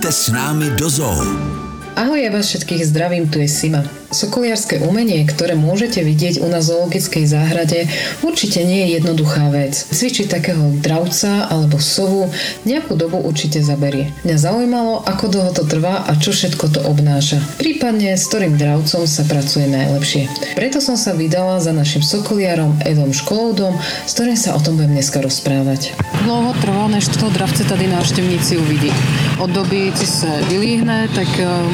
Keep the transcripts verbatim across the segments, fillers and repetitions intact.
Pojďte s námi do zoo. Ahoj, ja vás všetkých zdravím, tu je Sima. Sokoliarské umenie, ktoré môžete vidieť u nás v zoologickej záhrade, určite nie je jednoduchá vec. Cvičiť takého dravca alebo sovu nejakú dobu určite zaberie. Mňa zaujímalo, ako dlho to trvá a čo všetko to obnáša. Prípadne s ktorým dravcom sa pracuje najlepšie. Preto som sa vydala za našim sokoliarom Edom Školoudom, s ktorým sa o tom budem dneska rozprávať. Dlouho trvá, než toho dravce tady návštevníci uvidí. Od doby, co se vylíhne, tak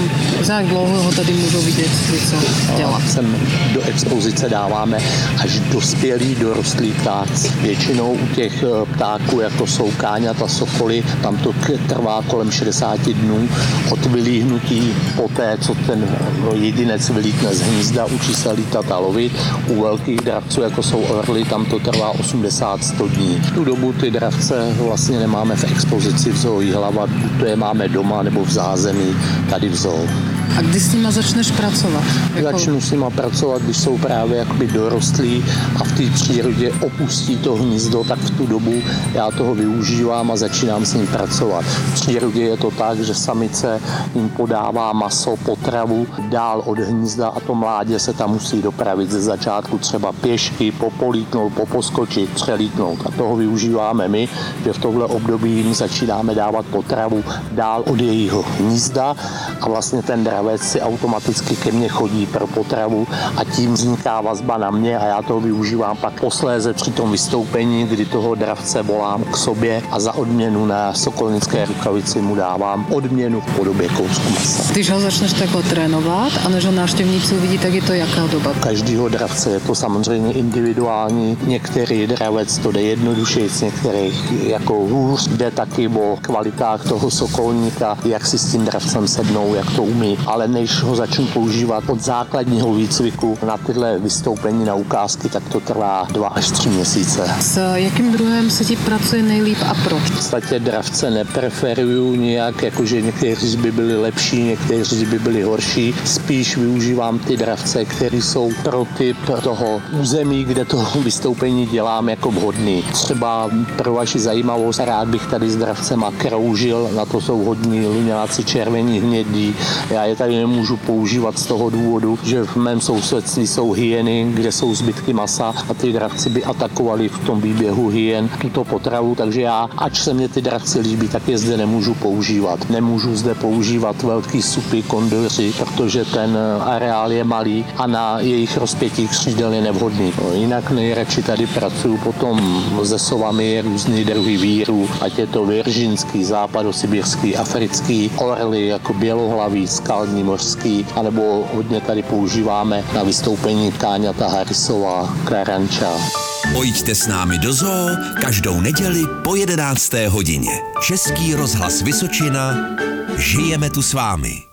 za jak dlouho ho tady můžou vidět, co dělat? Sem do expozice dáváme až dospělý, dorostlý ptáci. Většinou u těch ptáků, jako jsou káňata, sokoly, tam to trvá kolem šedesát dnů od vylíhnutí poté, co ten jedinec vylítne z hnízda, učí se lítat a lovit. U velkých dravců, jako jsou orly, tam to trvá osmdesát až sto dní. V tu dobu ty dravce vlastně nemáme v expozici v zoo Jihlava, to je máme doma nebo v zázemí tady v zoo. A kdy s nima začneš pracovat? Jako... Začnu s nima pracovat, když jsou právě jakoby dorostlí a v té přírodě opustí to hnízdo, tak v tu dobu já toho využívám a začínám s ním pracovat. V přírodě je to tak, že samice jim podává maso, potravu dál od hnízda a to mládě se tam musí dopravit ze začátku třeba pěšky, popolítnout, poposkočit, přelítnout. A toho využíváme my, že v tohle období jim začínáme dávat potravu dál od jejího hnízda a vlastně ten dravec si automaticky ke mně chodí pro potravu a tím vzniká vazba na mě a já toho využívám pak posléze při tom vystoupení, kdy toho dravce volám k sobě a za odměnu na sokolnické rukavici mu dávám odměnu v podobě kousku masa. Když ho začneš takhle trénovat a než ho návštěvníci uvidí, tak je to jaká doba? Každýho dravce je to samozřejmě individuální. Některý dravec to jde jednodušeji, některých jako hůř. Jde taky o kvalitách toho sokolníka, jak si s tím dravcem sednou, jak to umí. Ale než ho začnu používat od základního výcviku na tyhle vystoupení na ukázky, tak to trvá dva až tři měsíce. S jakým druhem se ti pracuje nejlíp a proč? V podstatě dravce nepreferuju nějak, jakože někteří by byli lepší, někteří by byli horší. Spíš využívám ty dravce, které jsou pro typ toho území, kde to vystoupení dělám jako vhodný. Třeba pro vaši zajímavost, rád bych tady s dravcema kroužil, na to jsou hodní luňáci červení, hnědí. Já je tady nemůžu používat z toho důvodu, že v mém sousedství jsou hyeny, kde jsou zbytky masa a ty dravci by atakovali v tom výběhu hyen tuto potravu, takže já, ač se mě ty dravci líbí, tak je zde nemůžu používat. Nemůžu zde používat velký supy, kondoři, protože ten areál je malý a na jejich rozpětí křídel je nevhodný. No, jinak nejradši tady pracuju potom se sovami různý druhy vírů, ať je to viržinský, západosibirský, africký, orly jako bělohlavý, skalní, mořský, anebo hodně tady používáme na vystoupení káňata Harrisova, Klaranča. Pojďte s námi do zoo každou neděli po jedenácté hodině. Český rozhlas Vysočina. Žijeme tu s vámi.